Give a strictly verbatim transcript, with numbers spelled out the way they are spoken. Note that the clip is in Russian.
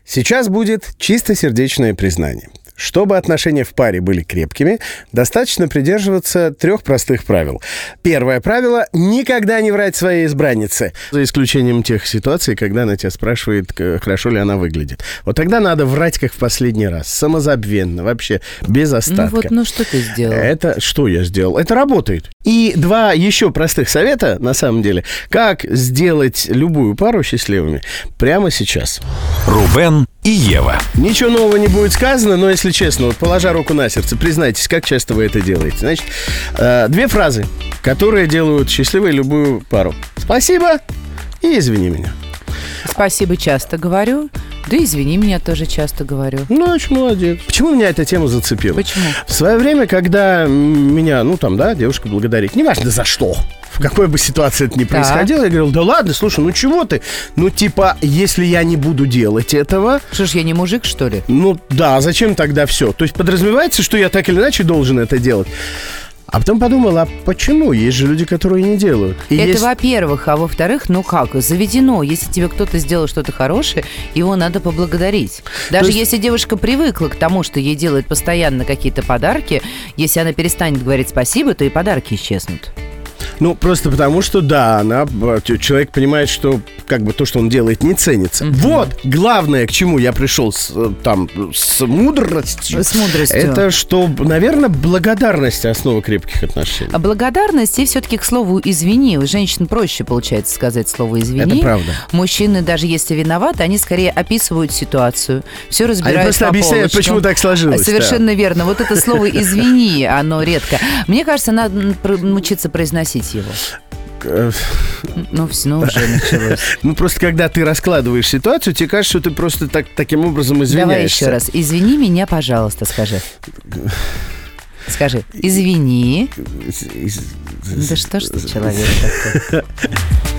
Сейчас будет чистосердечное признание. Чтобы отношения в паре были крепкими, достаточно придерживаться трех простых правил. Первое правило – никогда не врать своей избраннице. За исключением тех ситуаций, когда она тебя спрашивает, хорошо ли она выглядит. Вот тогда надо врать, как в последний раз. Самозабвенно, вообще, без остатка. Ну вот, ну что ты сделал? Это что я сделал? Это работает. И два еще простых совета, на самом деле, как сделать любую пару счастливыми прямо сейчас. Рубен и Ева. Ничего нового не будет сказано, но если честно, вот положа руку на сердце, признайтесь, как часто вы это делаете. Значит, э, две фразы, которые делают счастливой любую пару. Спасибо и извини меня. Спасибо часто говорю. Да извини, меня тоже часто говорю. Ну, очень молодец. Почему меня эта тема зацепила? Почему? В свое время, когда меня, ну там, да, девушка благодарит, неважно за что, в какой бы ситуации это ни происходило, я говорил, да ладно, слушай, ну чего ты? Ну типа, если я не буду делать этого... Что ж, я не мужик, что ли? Ну да, зачем тогда все? То есть подразумевается, что я так или иначе должен это делать. А потом подумал, а почему? Есть же люди, которые не делают. И это есть... во-первых. А во-вторых, ну как, заведено. Если тебе кто-то сделал что-то хорошее, его надо поблагодарить. Даже есть... если девушка привыкла к тому, что ей делают постоянно какие-то подарки, если она перестанет говорить спасибо, то и подарки исчезнут. Ну, просто потому что, да, она, человек понимает, что как бы то, что он делает, не ценится. Mm-hmm. Вот главное, к чему я пришел с, там, с мудростью. С мудростью. Это что, наверное, благодарность — основа крепких отношений. А благодарность и все-таки к слову «извини». У женщин проще, получается, сказать слово «извини». Это правда. Мужчины, даже если виноваты, они скорее описывают ситуацию, все разбирают. Они просто по объясняют, полочкам. Почему так сложилось. Совершенно да. верно. Вот это слово «извини», оно редко. Мне кажется, надо научиться произносить его. Ну, все, ну уже началось. Ну, просто когда ты раскладываешь ситуацию, тебе кажется, что ты просто так, таким образом извиняешься. Давай еще раз. Извини меня, пожалуйста, скажи. Скажи. Извини. Да что ж ты, человек такой?